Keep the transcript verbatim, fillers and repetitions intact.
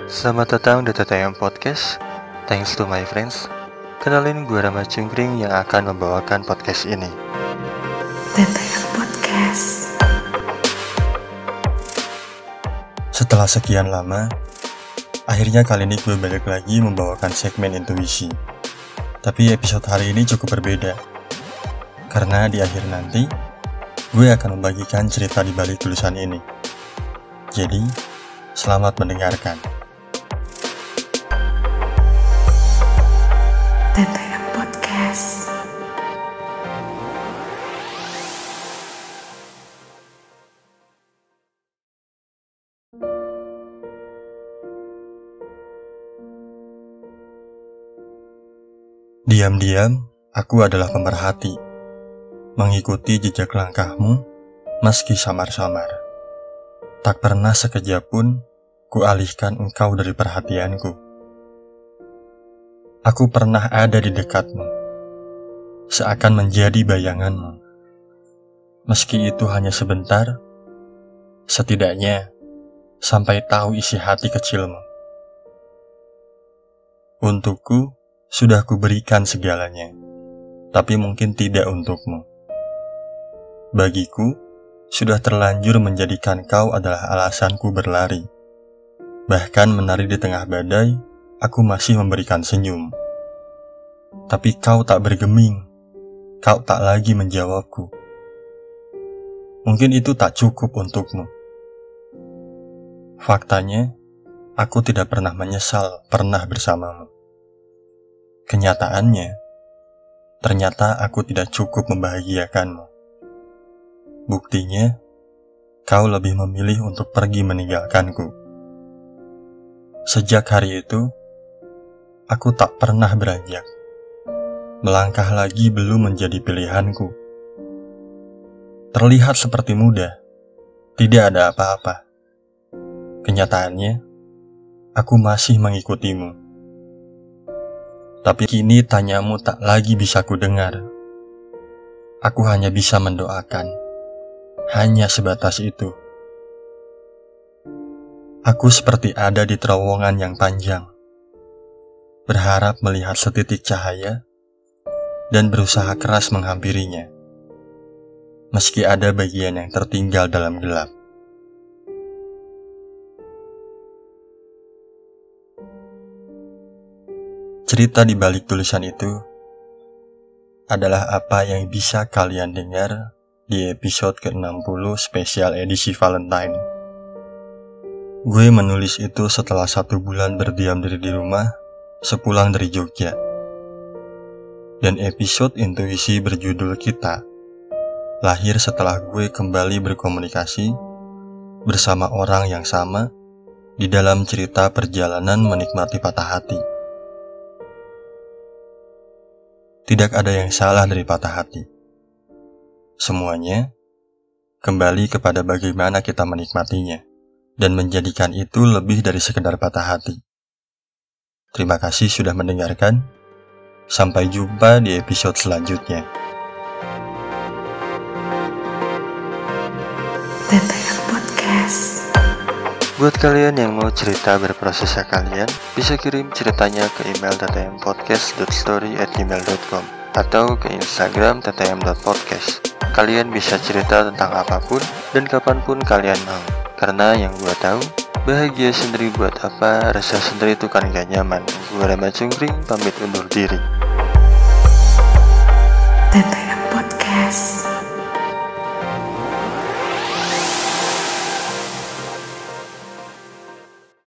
Selamat datang di T T M Podcast. Thanks to my friends. Kenalin gue Rama Cungkring yang akan membawakan podcast ini. T T M Podcast. Setelah sekian lama, akhirnya kali ini gue balik lagi membawakan segmen intuisi. Tapi episode hari ini cukup berbeda. Karena di akhir nanti, gue akan membagikan cerita di balik tulisan ini. Jadi, selamat mendengarkan. T T M Podcast. Diam-diam, aku adalah pemerhati, mengikuti jejak langkahmu meski samar-samar. Tak pernah sekejap pun kualihkan engkau dari perhatianku. Aku pernah ada di dekatmu, seakan menjadi bayanganmu. Meski itu hanya sebentar, setidaknya sampai tahu isi hati kecilmu. Untukku, sudah kuberikan segalanya, tapi mungkin tidak untukmu. Bagiku, sudah terlanjur menjadikan kau adalah alasanku berlari. Bahkan menari di tengah badai, aku masih memberikan senyum. Tapi kau tak bergeming, kau tak lagi menjawabku. Mungkin itu tak cukup untukmu. Faktanya, aku tidak pernah menyesal pernah bersamamu. Kenyataannya, ternyata aku tidak cukup membahagiakanmu. Buktinya, kau lebih memilih untuk pergi meninggalkanku. Sejak hari itu, aku tak pernah beranjak. Melangkah lagi belum menjadi pilihanku. Terlihat seperti mudah, tidak ada apa-apa. Kenyataannya, aku masih mengikutimu. Tapi kini tanyamu tak lagi bisa kudengar. Aku hanya bisa mendoakan. Hanya sebatas itu. Aku seperti ada di terowongan yang panjang, berharap melihat setitik cahaya, dan berusaha keras menghampirinya, meski ada bagian yang tertinggal dalam gelap. Cerita di balik tulisan itu adalah apa yang bisa kalian dengar di episode ke enam puluh spesial edisi Valentine. Gue menulis itu setelah satu bulan berdiam diri di rumah sepulang dari Jogja. Dan episode intuisi berjudul Kita lahir setelah gue kembali berkomunikasi bersama orang yang sama di dalam cerita perjalanan menikmati patah hati. Tidak ada yang salah dari patah hati. Semuanya kembali kepada bagaimana kita menikmatinya dan menjadikan itu lebih dari sekedar patah hati. Terima kasih sudah mendengarkan. Sampai jumpa di episode selanjutnya. T T M Podcast. Buat kalian yang mau cerita berprosesnya kalian, bisa kirim ceritanya ke email t t m podcast dot story at gmail dot com atau ke Instagram t t m dot podcast. Kalian bisa cerita tentang apapun dan kapanpun kalian mau. Karena yang gue tahu, bahagia sendiri buat apa, rasa sendiri itu kan gak nyaman. Gue Rama Cungkring, pamit undur diri. T T